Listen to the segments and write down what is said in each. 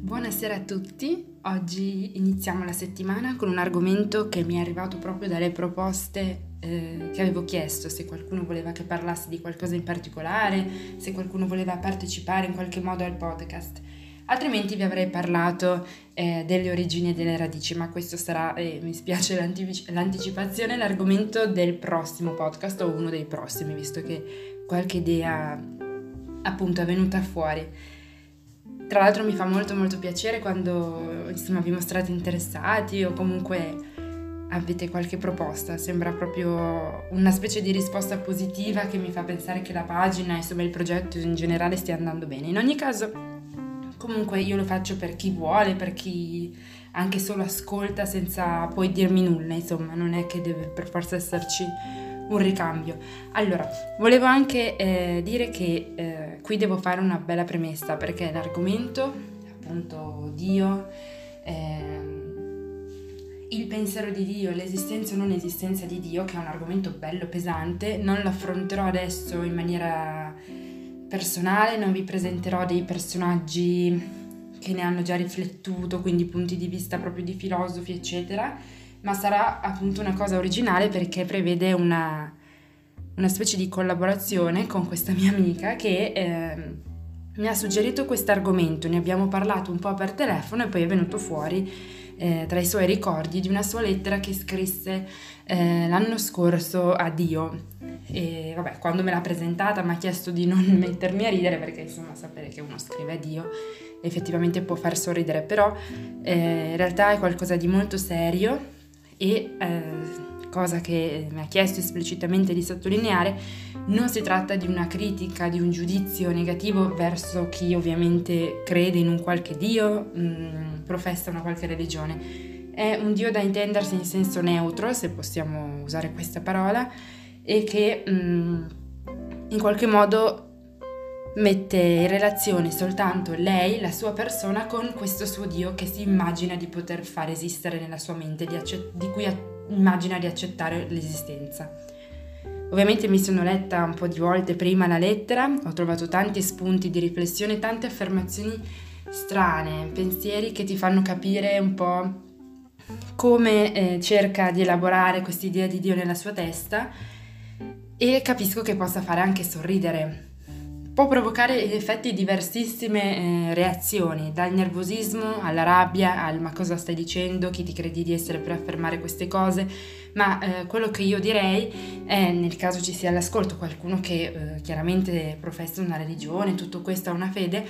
Buonasera a tutti, oggi iniziamo la settimana con un argomento che mi è arrivato proprio dalle proposte che avevo chiesto, se qualcuno voleva che parlassi di qualcosa in particolare, se qualcuno voleva partecipare in qualche modo al podcast. Altrimenti vi avrei parlato delle origini e delle radici, ma questo sarà, mi spiace l'anticipazione, l'argomento del prossimo podcast o uno dei prossimi, visto che qualche idea appunto è venuta fuori. Tra l'altro mi fa molto piacere quando insomma vi mostrate interessati o comunque avete qualche proposta, sembra proprio una specie di risposta positiva che mi fa pensare che la pagina, insomma il progetto in generale stia andando bene. In ogni caso, comunque io lo faccio per chi vuole, per chi anche solo ascolta senza poi dirmi nulla, insomma non è che deve per forza esserci un ricambio. Allora, volevo anche dire che qui devo fare una bella premessa perché l'argomento, appunto Dio, il pensiero di Dio, l'esistenza o non esistenza di Dio, che è un argomento bello pesante, non lo affronterò adesso in maniera personale, non vi presenterò dei personaggi che ne hanno già riflettuto, quindi punti di vista proprio di filosofi, eccetera, ma sarà appunto una cosa originale perché prevede una specie di collaborazione con questa mia amica che mi ha suggerito questo argomento. Ne abbiamo parlato un po' per telefono e poi è venuto fuori tra i suoi ricordi di una sua lettera che scrisse l'anno scorso a Dio. E vabbè, quando me l'ha presentata mi ha chiesto di non mettermi a ridere perché insomma sapere che uno scrive a Dio effettivamente può far sorridere, però in realtà è qualcosa di molto serio e cosa che mi ha chiesto esplicitamente di sottolineare, non si tratta di una critica, di un giudizio negativo verso chi ovviamente crede in un qualche Dio, professa una qualche religione. È un Dio da intendersi in senso neutro, se possiamo usare questa parola, e che in qualche modo mette in relazione soltanto lei, la sua persona, con questo suo Dio che si immagina di poter far esistere nella sua mente, di cui immagina di accettare l'esistenza. Ovviamente mi sono letta un po' di volte prima la lettera, ho trovato tanti spunti di riflessione, tante affermazioni strane, pensieri che ti fanno capire un po' come cerca di elaborare quest'idea di Dio nella sua testa, e capisco che possa fare anche sorridere. Può provocare in effetti diversissime reazioni, dal nervosismo alla rabbia, al ma cosa stai dicendo, chi ti credi di essere per affermare queste cose, ma quello che io direi è, nel caso ci sia all'ascolto qualcuno che chiaramente professa una religione, tutto questo ha una fede,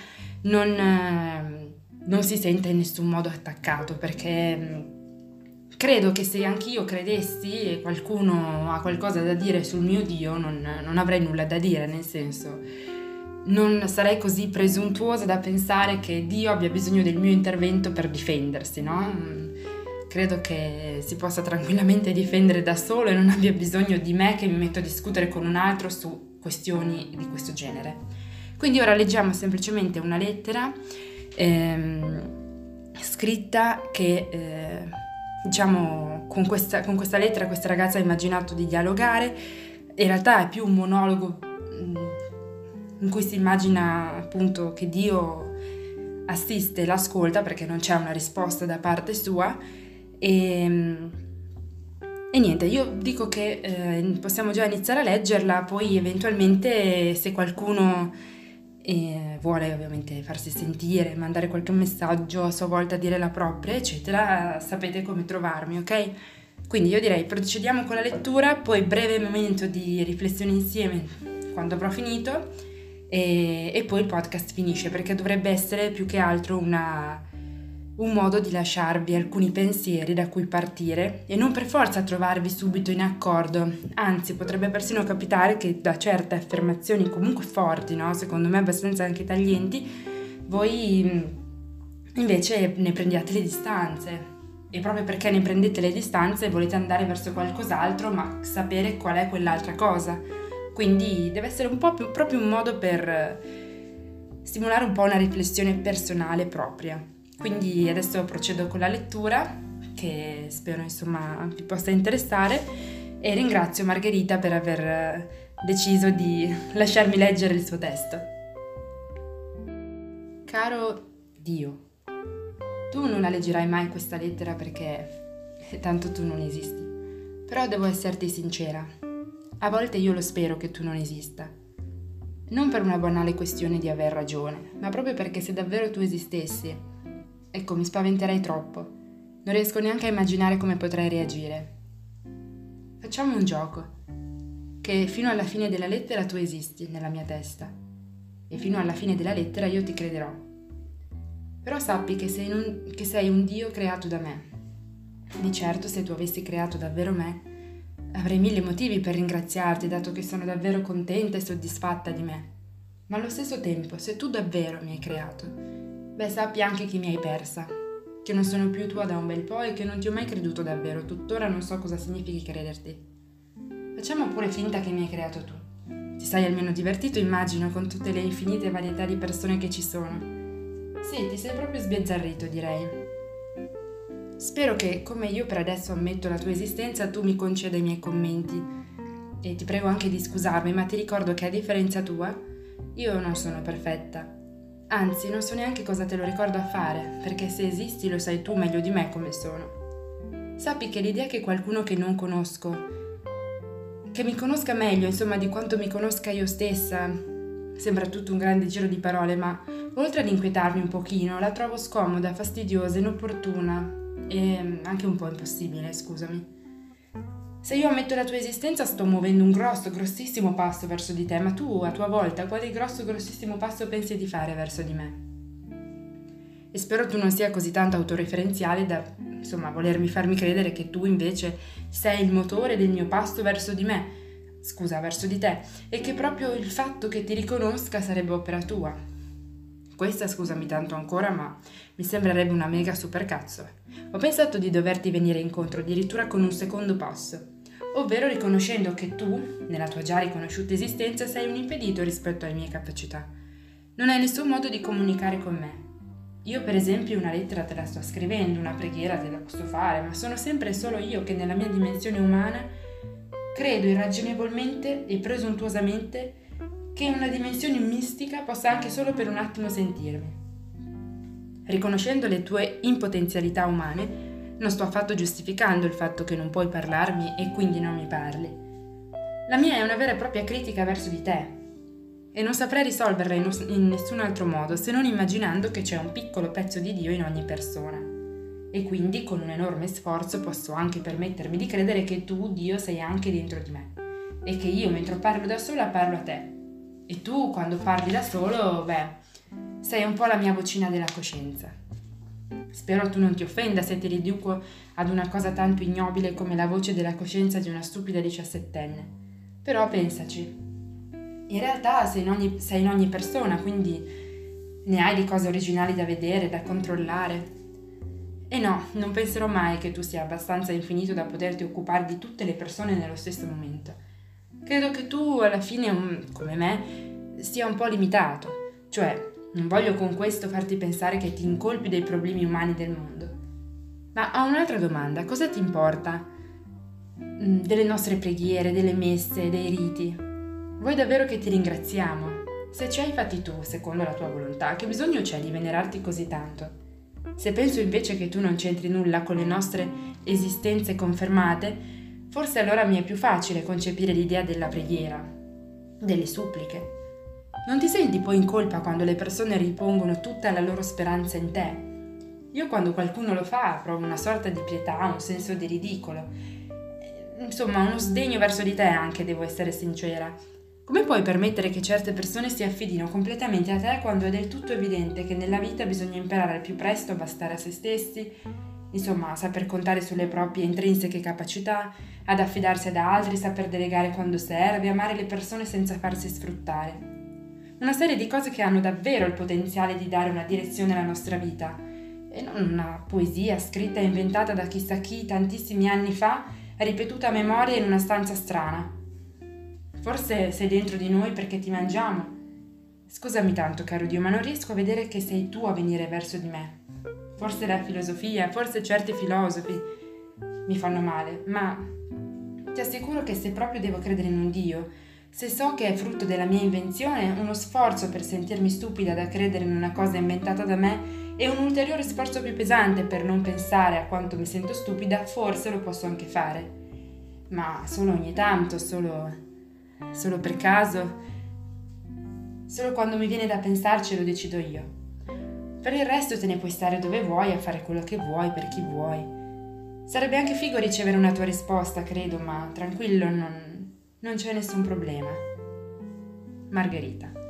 non si senta in nessun modo attaccato, perché credo che se anch'io credessi e qualcuno ha qualcosa da dire sul mio Dio, non avrei nulla da dire, nel senso non sarei così presuntuosa da pensare che Dio abbia bisogno del mio intervento per difendersi, no? Credo che si possa tranquillamente difendere da solo e non abbia bisogno di me che mi metto a discutere con un altro su questioni di questo genere. Quindi ora leggiamo semplicemente una lettera scritta che diciamo con questa lettera questa ragazza ha immaginato di dialogare. In realtà è più un monologo in cui si immagina appunto che Dio assiste e l'ascolta perché non c'è una risposta da parte sua e niente, io dico che possiamo già iniziare a leggerla, poi eventualmente se qualcuno vuole ovviamente farsi sentire, mandare qualche messaggio, a sua volta dire la propria, eccetera, sapete come trovarmi, ok? Quindi io direi procediamo con la lettura, poi breve momento di riflessione insieme quando avrò finito e poi il podcast finisce, perché dovrebbe essere più che altro un modo di lasciarvi alcuni pensieri da cui partire e non per forza trovarvi subito in accordo, anzi potrebbe persino capitare che da certe affermazioni comunque forti, no? Secondo me abbastanza anche taglienti, voi invece ne prendiate le distanze, e proprio perché ne prendete le distanze volete andare verso qualcos'altro ma sapere qual è quell'altra cosa. Quindi deve essere un po' proprio un modo per stimolare un po' una riflessione personale propria. Quindi adesso procedo con la lettura, che spero insomma vi possa interessare, e ringrazio Margherita per aver deciso di lasciarmi leggere il suo testo. Caro Dio, Tu non la leggerai mai questa lettera perché tanto tu non esisti. Però devo esserti sincera. A volte io lo spero che tu non esista. Non per una banale questione di aver ragione, ma proprio perché se davvero tu esistessi, ecco, mi spaventerei troppo. Non riesco neanche a immaginare come potrei reagire. Facciamo un gioco. Che fino alla fine della lettera tu esisti nella mia testa. E fino alla fine della lettera io ti crederò. Però sappi che sei un Dio creato da me. Di certo, se tu avessi creato davvero me, avrei 1000 motivi per ringraziarti, dato che sono davvero contenta e soddisfatta di me. Ma allo stesso tempo, se tu davvero mi hai creato, sappi anche che mi hai persa, che non sono più tua da un bel po' e che non ti ho mai creduto davvero, tuttora non so cosa significhi crederti. Facciamo pure finta che mi hai creato tu. Ti sei almeno divertito, immagino, con tutte le infinite varietà di persone che ci sono. Sì, ti sei proprio sbizzarrito, direi. Spero che, come io per adesso ammetto la tua esistenza, tu mi conceda i miei commenti. E ti prego anche di scusarmi, ma ti ricordo che a differenza tua, io non sono perfetta. Anzi, non so neanche cosa te lo ricordo a fare, perché se esisti lo sai tu meglio di me come sono. Sappi che l'idea che qualcuno che non conosco, che mi conosca meglio, insomma, di quanto mi conosca io stessa, sembra tutto un grande giro di parole, ma oltre ad inquietarmi un pochino, la trovo scomoda, fastidiosa, inopportuna e anche un po' impossibile, scusami. Se io ammetto la tua esistenza sto muovendo un grossissimo passo verso di te, ma tu, a tua volta, quale grossissimo passo pensi di fare verso di me? E spero tu non sia così tanto autoreferenziale da, insomma, volermi farmi credere che tu invece sei il motore del mio passo verso di te, e che proprio il fatto che ti riconosca sarebbe opera tua. Questa, scusami tanto ancora, ma mi sembrerebbe una mega supercazzo. Ho pensato di doverti venire incontro addirittura con un secondo passo, ovvero riconoscendo che tu, nella tua già riconosciuta esistenza, sei un impedito rispetto alle mie capacità. Non hai nessun modo di comunicare con me. Io, per esempio, una lettera te la sto scrivendo, una preghiera te la posso fare, ma sono sempre solo io che nella mia dimensione umana credo irragionevolmente e presuntuosamente che una dimensione mistica possa anche solo per un attimo sentirmi. Riconoscendo le tue impotenzialità umane, non sto affatto giustificando il fatto che non puoi parlarmi e quindi non mi parli. La mia è una vera e propria critica verso di te e non saprei risolverla in nessun altro modo se non immaginando che c'è un piccolo pezzo di Dio in ogni persona. E quindi con un enorme sforzo posso anche permettermi di credere che tu, Dio, sei anche dentro di me e che io, mentre parlo da sola, parlo a te. E tu, quando parli da solo, sei un po' la mia vocina della coscienza. Spero tu non ti offenda se ti riduco ad una cosa tanto ignobile come la voce della coscienza di una stupida 17enne. Però pensaci. In realtà sei in ogni persona, quindi ne hai di cose originali da vedere, da controllare. E no, non penserò mai che tu sia abbastanza infinito da poterti occupare di tutte le persone nello stesso momento. Credo che tu, alla fine, come me, sia un po' limitato. Cioè, non voglio con questo farti pensare che ti incolpi dei problemi umani del mondo. Ma ho un'altra domanda. Cosa ti importa delle nostre preghiere, delle messe, dei riti? Vuoi davvero che ti ringraziamo? Se ci hai fatti tu, secondo la tua volontà, che bisogno c'è di venerarti così tanto? Se penso invece che tu non c'entri nulla con le nostre esistenze confermate, forse allora mi è più facile concepire l'idea della preghiera, delle suppliche. Non ti senti poi in colpa quando le persone ripongono tutta la loro speranza in te? Io quando qualcuno lo fa provo una sorta di pietà, un senso di ridicolo. Insomma, uno sdegno verso di te anche, devo essere sincera. Come puoi permettere che certe persone si affidino completamente a te quando è del tutto evidente che nella vita bisogna imparare al più presto a bastare a se stessi, insomma, a saper contare sulle proprie intrinseche capacità, ad affidarsi ad altri, saper delegare quando serve, amare le persone senza farsi sfruttare. Una serie di cose che hanno davvero il potenziale di dare una direzione alla nostra vita, e non una poesia scritta e inventata da chissà chi tantissimi anni fa, ripetuta a memoria in una stanza strana. Forse sei dentro di noi perché ti mangiamo. Scusami tanto, caro Dio, ma non riesco a vedere che sei tu a venire verso di me. Forse la filosofia, forse certi filosofi mi fanno male, ma ti assicuro che se proprio devo credere in un Dio, Se so che è frutto della mia invenzione, uno sforzo per sentirmi stupida da credere in una cosa inventata da me e un ulteriore sforzo più pesante per non pensare a quanto mi sento stupida, forse lo posso anche fare. Ma solo ogni tanto, solo per caso, solo quando mi viene da pensarci lo decido io. Per il resto te ne puoi stare dove vuoi a fare quello che vuoi per chi vuoi. Sarebbe anche figo ricevere una tua risposta, credo, ma tranquillo, non c'è nessun problema. Margherita.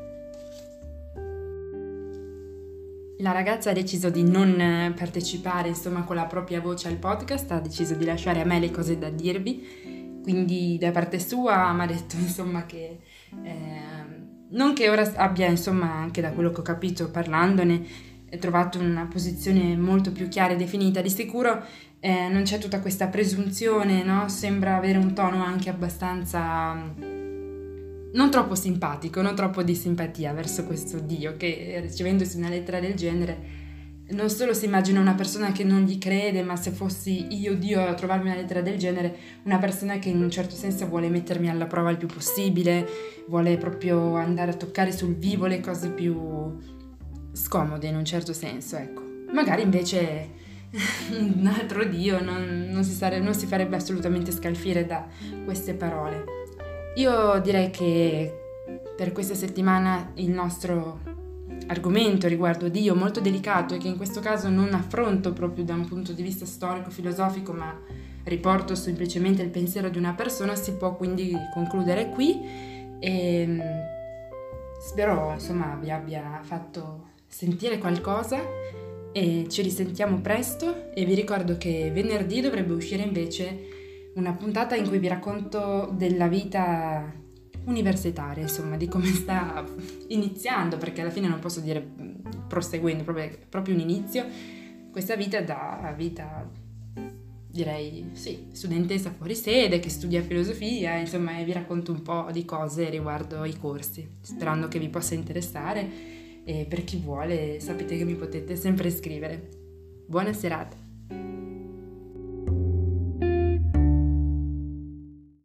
La ragazza ha deciso di non partecipare, insomma, con la propria voce al podcast, ha deciso di lasciare a me le cose da dirvi, quindi da parte sua mi ha detto, insomma, che non che ora abbia, insomma, anche da quello che ho capito parlandone, trovato una posizione molto più chiara e definita. Di sicuro non c'è tutta questa presunzione, no? Sembra avere un tono anche abbastanza non troppo simpatico, non troppo di simpatia verso questo Dio che, ricevendosi una lettera del genere, non solo si immagina una persona che non gli crede, ma se fossi io Dio a trovarmi una lettera del genere, una persona che in un certo senso vuole mettermi alla prova il più possibile, vuole proprio andare a toccare sul vivo le cose più scomode in un certo senso, ecco. Magari invece un altro Dio non si farebbe assolutamente scalfire da queste parole. Io direi che per questa settimana il nostro argomento riguardo Dio, molto delicato e che in questo caso non affronto proprio da un punto di vista storico-filosofico, ma riporto semplicemente il pensiero di una persona, si può quindi concludere qui e spero, insomma, vi abbia fatto sentire qualcosa e ci risentiamo presto e vi ricordo che venerdì dovrebbe uscire invece una puntata in cui vi racconto della vita universitaria, insomma, di come sta iniziando, perché alla fine non posso dire proseguendo, proprio un inizio, questa vita da vita, direi, sì, studentessa fuori sede, che studia filosofia, insomma, e vi racconto un po' di cose riguardo i corsi, sperando che vi possa interessare e per chi vuole sapete che mi potete sempre scrivere. Buona serata!